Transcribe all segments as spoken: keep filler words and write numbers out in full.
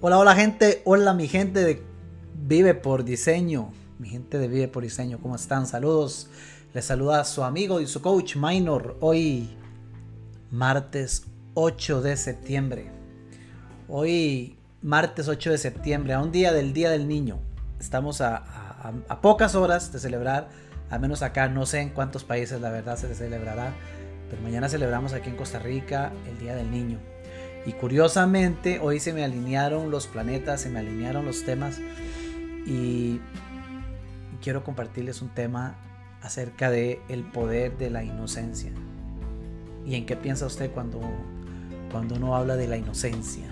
Hola, hola gente, hola mi gente de Vive por Diseño, mi gente de Vive por Diseño, ¿cómo están? Saludos, les saluda su amigo y su coach Minor, hoy martes ocho de septiembre, hoy martes ocho de septiembre, a un día del Día del Niño, estamos a, a, a pocas horas de celebrar, al menos acá, no sé en cuántos países la verdad se celebrará, pero mañana celebramos aquí en Costa Rica el Día del Niño. Y curiosamente hoy se me alinearon los planetas, se me alinearon los temas y quiero compartirles un tema acerca de el poder de la inocencia. ¿Y en qué piensa usted cuando, cuando uno habla de la inocencia?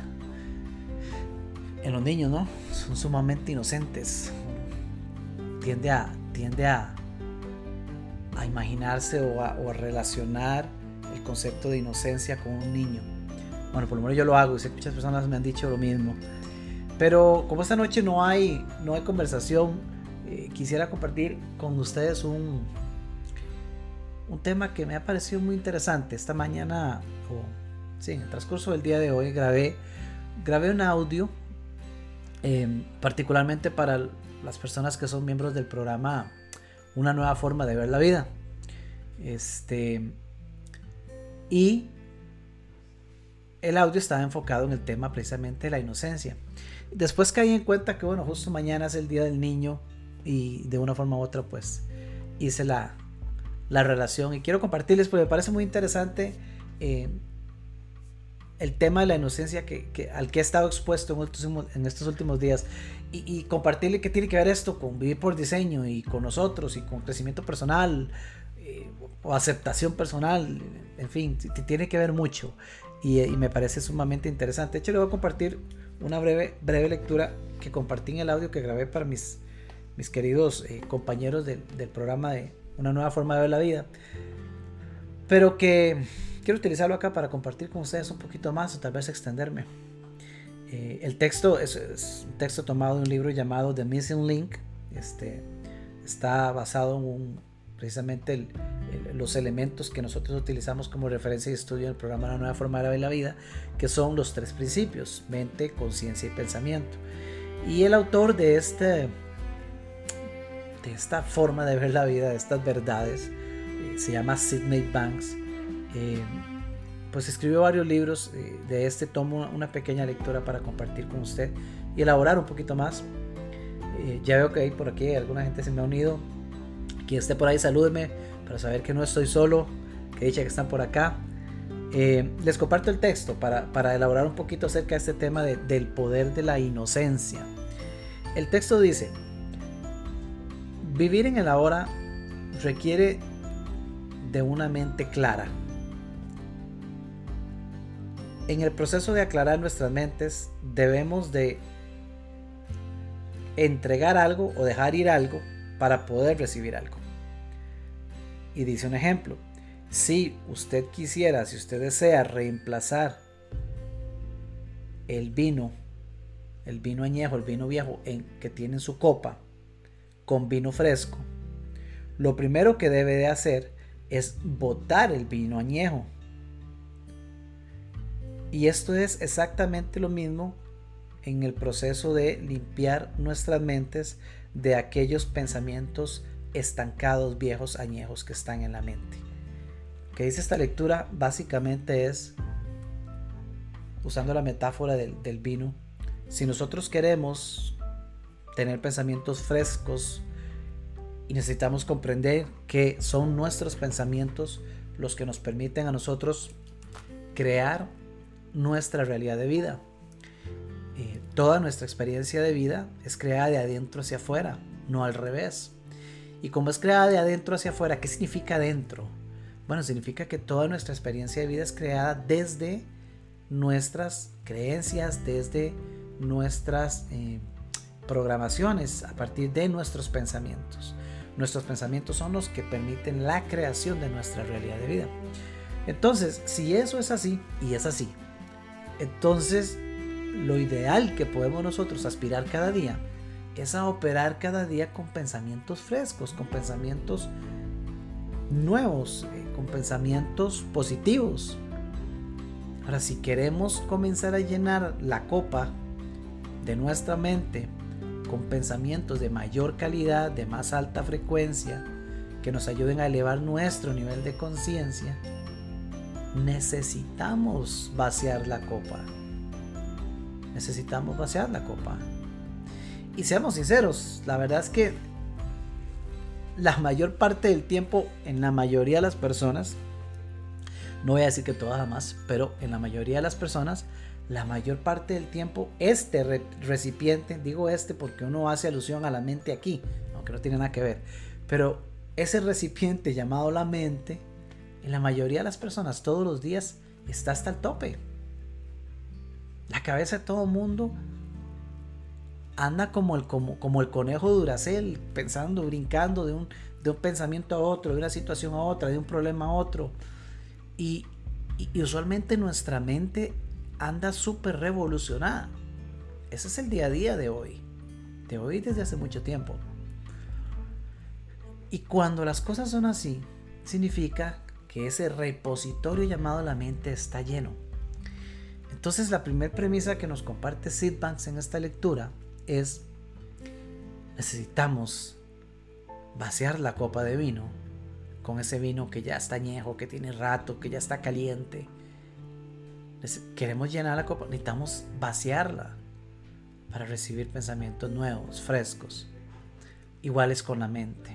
En los niños, ¿no? Son sumamente inocentes. Tiende a, tiende a, a imaginarse o a, o a relacionar el concepto de inocencia con un niño. Bueno, por lo menos yo lo hago y sé que muchas personas me han dicho lo mismo. Pero como esta noche no hay, no hay conversación, eh, quisiera compartir con ustedes un, un tema que me ha parecido muy interesante. Esta mañana, o sí, en el transcurso del día de hoy, grabé, grabé un audio, eh, particularmente para las personas que son miembros del programa Una Nueva Forma de Ver la Vida. Este, y el audio estaba enfocado en el tema precisamente de la inocencia. Después caí en cuenta que bueno, justo mañana es el Día del Niño y de una forma u otra pues hice la, la relación y quiero compartirles porque me parece muy interesante eh, el tema de la inocencia que, que, al que he estado expuesto en estos, en estos últimos días y, y compartirle qué tiene que ver esto con Vivir por Diseño y con nosotros y con crecimiento personal eh, o aceptación personal, en fin, tiene que ver mucho. Y, y me parece sumamente interesante. De hecho, le voy a compartir una breve, breve lectura que compartí en el audio que grabé para mis, mis queridos eh, compañeros de, del programa de Una Nueva Forma de Ver la Vida, pero que quiero utilizarlo acá para compartir con ustedes un poquito más o tal vez extenderme. Eh, el texto es, es un texto tomado de un libro llamado The Missing Link. Este, está basado en un, precisamente el los elementos que nosotros utilizamos como referencia y estudio en el programa La Nueva Forma de Ver la Vida, que son los tres principios: mente, conciencia y pensamiento. Y el autor de este de esta forma de ver la vida, de estas verdades, eh, se llama Sydney Banks. Eh, pues escribió varios libros. Eh, de este tomo una pequeña lectura para compartir con usted y elaborar un poquito más. Eh, ya veo que hay por aquí alguna gente se me ha unido. Quien esté por ahí, salúdeme para saber que no estoy solo, que dicha que están por acá. Eh, les comparto el texto para, para elaborar un poquito acerca de este tema de, del poder de la inocencia. El texto dice: vivir en el ahora requiere de una mente clara. En el proceso de aclarar nuestras mentes debemos de entregar algo o dejar ir algo para poder recibir algo. Y dice un ejemplo: si usted quisiera, si usted desea reemplazar el vino, el vino añejo, el vino viejo en, que tiene en su copa con vino fresco, lo primero que debe de hacer es botar el vino añejo. Y esto es exactamente lo mismo en el proceso de limpiar nuestras mentes de aquellos pensamientos estancados, viejos, añejos que están en la mente. Lo que dice esta lectura básicamente es, usando la metáfora del, del vino, si nosotros queremos tener pensamientos frescos y necesitamos comprender que son nuestros pensamientos los que nos permiten a nosotros crear nuestra realidad de vida. Eh, toda nuestra experiencia de vida es creada de adentro hacia afuera, no al revés. Y como es creada de adentro hacia afuera, ¿qué significa adentro? Bueno, significa que toda nuestra experiencia de vida es creada desde nuestras creencias, desde nuestras eh, programaciones, a partir de nuestros pensamientos. Nuestros pensamientos son los que permiten la creación de nuestra realidad de vida. Entonces, si eso es así, y es así, entonces lo ideal que podemos nosotros aspirar cada día es a operar cada día con pensamientos frescos, con pensamientos nuevos, eh, con pensamientos positivos. Ahora, si queremos comenzar a llenar la copa de nuestra mente con pensamientos de mayor calidad, de más alta frecuencia, que nos ayuden a elevar nuestro nivel de conciencia, necesitamos vaciar la copa. Necesitamos vaciar la copa. Y seamos sinceros, la verdad es que la mayor parte del tiempo, en la mayoría de las personas, no voy a decir que todas jamás, pero en la mayoría de las personas, la mayor parte del tiempo, este re- recipiente, digo este porque uno hace alusión a la mente aquí, aunque no tiene nada que ver, pero ese recipiente llamado la mente, en la mayoría de las personas todos los días está hasta el tope. La cabeza de todo el mundo anda como el, como, como el conejo de Duracell, pensando, brincando de un, de un pensamiento a otro, de una situación a otra, de un problema a otro. Y, y, y usualmente nuestra mente anda súper revolucionada. Ese es el día a día de hoy. De hoy desde hace mucho tiempo. Y cuando las cosas son así, significa que ese repositorio llamado la mente está lleno. Entonces la primera premisa que nos comparte Sid Banks en esta lectura es: necesitamos vaciar la copa de vino con ese vino que ya está añejo, que tiene rato, que ya está caliente. Queremos llenar la copa, necesitamos vaciarla para recibir pensamientos nuevos, frescos, iguales con la mente.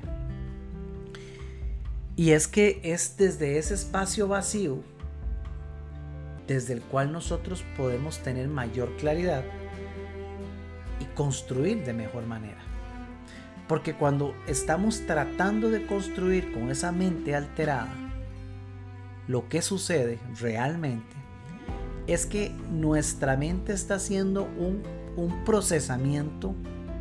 Y es que es desde ese espacio vacío desde el cual nosotros podemos tener mayor claridad y construir de mejor manera. Porque cuando estamos tratando de construir con esa mente alterada, lo que sucede realmente es que nuestra mente está haciendo un, un procesamiento,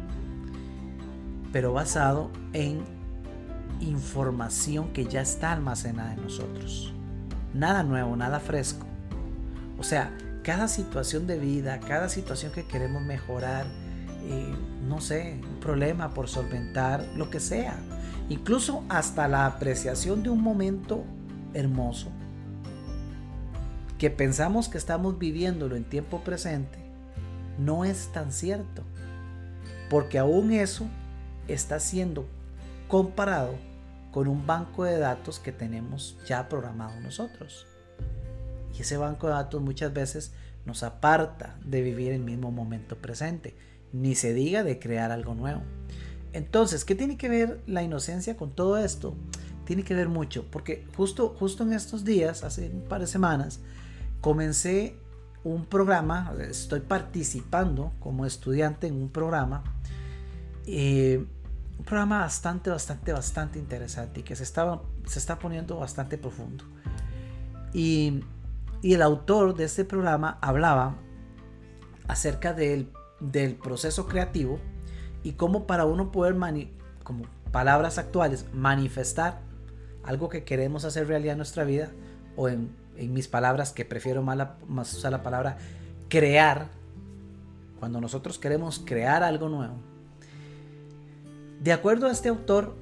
pero basado en información que ya está almacenada en nosotros. Nada nuevo, nada fresco. O sea, cada situación de vida, cada situación que queremos mejorar, eh, no sé, un problema por solventar, lo que sea, incluso hasta la apreciación de un momento hermoso, que pensamos que estamos viviéndolo en tiempo presente, no es tan cierto, porque aún eso está siendo comparado con un banco de datos que tenemos ya programado nosotros. Y ese banco de datos muchas veces nos aparta de vivir el mismo momento presente, ni se diga de crear algo nuevo. Entonces, ¿qué tiene que ver la inocencia con todo esto? Tiene que ver mucho, porque justo, justo en estos días, hace un par de semanas, comencé un programa, estoy participando como estudiante en un programa, eh, un programa bastante, bastante, bastante interesante y que se está, se está poniendo bastante profundo. Y Y el autor de este programa hablaba acerca del, del proceso creativo y cómo para uno poder, mani- como palabras actuales, manifestar algo que queremos hacer realidad en nuestra vida, o en, en mis palabras, que prefiero más, la, más usar la palabra crear, cuando nosotros queremos crear algo nuevo. De acuerdo a este autor,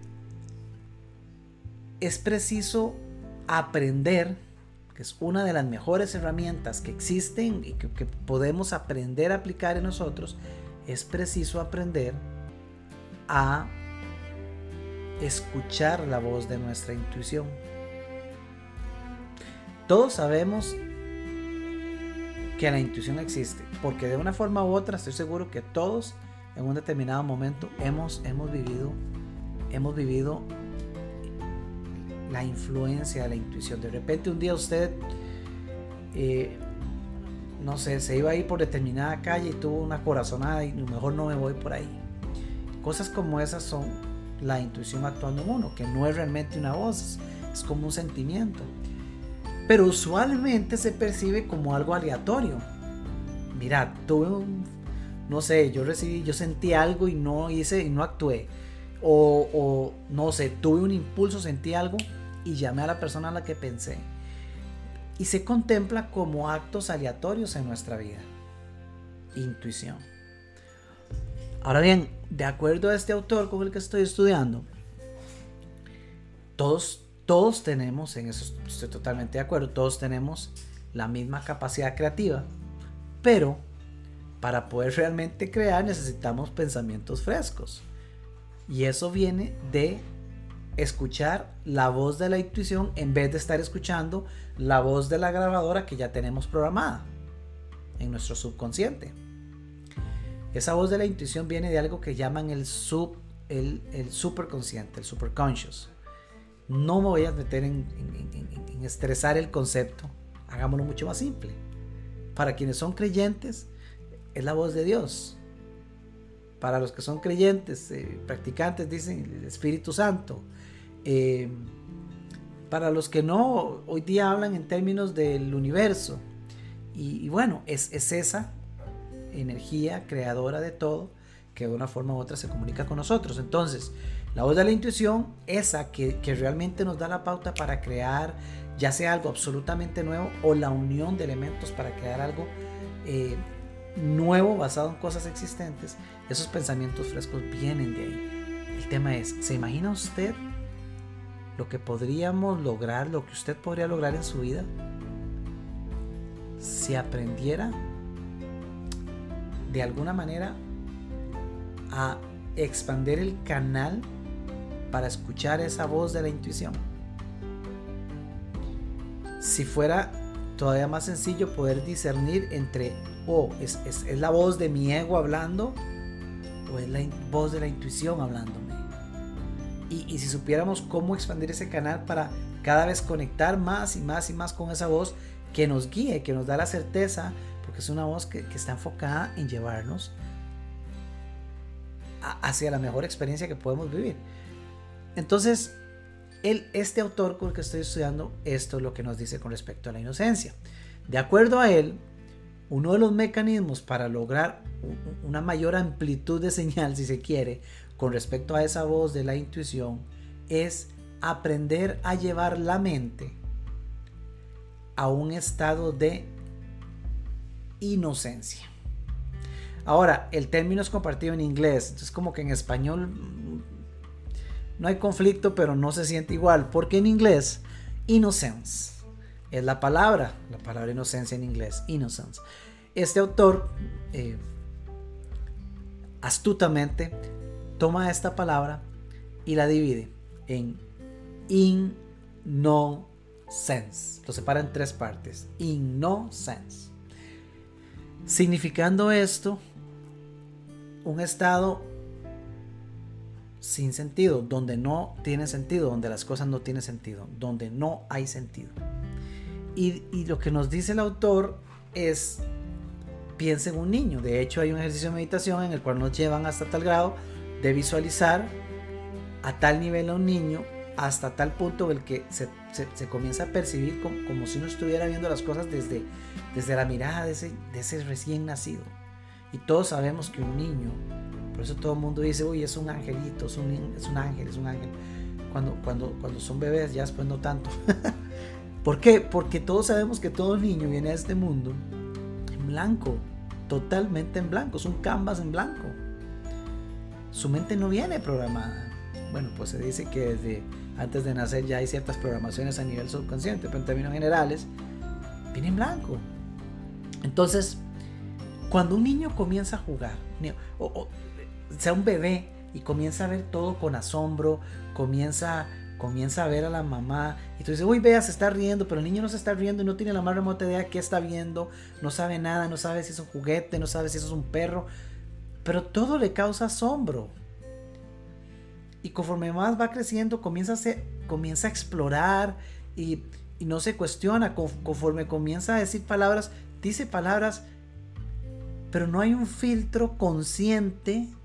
es preciso aprender, que es una de las mejores herramientas que existen y que, que podemos aprender a aplicar en nosotros, es preciso aprender a escuchar la voz de nuestra intuición. Todos sabemos que la intuición existe, porque de una forma u otra estoy seguro que todos en un determinado momento hemos, hemos vivido, hemos vivido la influencia de la intuición. De repente un día usted eh, no sé, se iba a ir por determinada calle y tuvo una corazonada y mejor no me voy por ahí. Cosas como esas son la intuición actuando en uno, que no es realmente una voz, es como un sentimiento, pero usualmente se percibe como algo aleatorio. Mira, tuve un, no sé, yo recibí, yo sentí algo y no hice y no actué, o, o no sé, tuve un impulso, sentí algo y llamé a la persona a la que pensé, y se contempla como actos aleatorios en nuestra vida. Intuición. Ahora bien, de acuerdo a este autor con el que estoy estudiando, todos, todos tenemos, en eso estoy totalmente de acuerdo, todos tenemos la misma capacidad creativa, pero para poder realmente crear necesitamos pensamientos frescos. Y eso viene de escuchar la voz de la intuición en vez de estar escuchando la voz de la grabadora que ya tenemos programada en nuestro subconsciente. Esa voz de la intuición viene de algo que llaman el sub, el, el superconsciente, el superconscious. No me voy a meter en, en, en, en estresar el concepto. Hagámoslo mucho más simple. Para quienes son creyentes, es la voz de Dios. Para los que son creyentes, eh, practicantes, dicen el Espíritu Santo. Eh, para los que no, hoy día hablan en términos del universo. Y, y bueno, es, es esa energía creadora de todo que de una forma u otra se comunica con nosotros. Entonces, la voz de la intuición, esa que, que realmente nos da la pauta para crear ya sea algo absolutamente nuevo o la unión de elementos para crear algo eh, nuevo basado en cosas existentes, esos pensamientos frescos vienen de ahí. El tema es, ¿se imagina usted lo que podríamos lograr, lo que usted podría lograr en su vida si aprendiera de alguna manera a expandir el canal para escuchar esa voz de la intuición? Si fuera todavía más sencillo poder discernir entre, oh, es, es, es la voz de mi ego hablando o es la in, voz de la intuición hablándome. Y, y si supiéramos cómo expandir ese canal para cada vez conectar más y más y más con esa voz que nos guíe, que nos da la certeza, porque es una voz que, que está enfocada en llevarnos a, hacia la mejor experiencia que podemos vivir. Entonces, el, este autor con el que estoy estudiando, esto es lo que nos dice con respecto a la inocencia. De acuerdo a él, uno de los mecanismos para lograr una mayor amplitud de señal, si se quiere, con respecto a esa voz de la intuición, es aprender a llevar la mente a un estado de inocencia. Ahora, el término es compartido en inglés, entonces como que en español no hay conflicto, pero no se siente igual, porque en inglés innocence es la palabra, la palabra inocencia en inglés, innocence. Este autor eh, astutamente toma esta palabra y la divide en in, no, sense. Lo separa en tres partes. In, no, sense. Significando esto, un estado sin sentido, donde no tiene sentido, donde las cosas no tienen sentido, donde no hay sentido. Y, y lo que nos dice el autor es, piensa en un niño. De hecho, hay un ejercicio de meditación en el cual nos llevan hasta tal grado de visualizar a tal nivel a un niño, hasta tal punto en el que se, se, se comienza a percibir como, como si uno estuviera viendo las cosas desde, desde la mirada de ese, de ese recién nacido. Y todos sabemos que un niño, por eso todo el mundo dice, uy, es un angelito, es un, es un ángel, es un ángel. Cuando, cuando, cuando son bebés, ya después no tanto. ¿Por qué? Porque todos sabemos que todo niño viene a este mundo en blanco, totalmente en blanco, es un canvas en blanco. Su mente no viene programada. Bueno, pues se dice que desde antes de nacer ya hay ciertas programaciones a nivel subconsciente, pero en términos generales viene en blanco. Entonces, cuando un niño comienza a jugar, o, o sea un bebé, y comienza a ver todo con asombro, comienza, comienza a ver a la mamá, y tú dices, uy, vea, se está riendo, pero el niño no se está riendo y no tiene la más remota idea de qué está viendo, no sabe nada, no sabe si es un juguete, no sabe si eso es un perro, pero todo le causa asombro. Y conforme más va creciendo, comienza a, ser, comienza a explorar y, y no se cuestiona. Conforme comienza a decir palabras, dice palabras, pero no hay un filtro consciente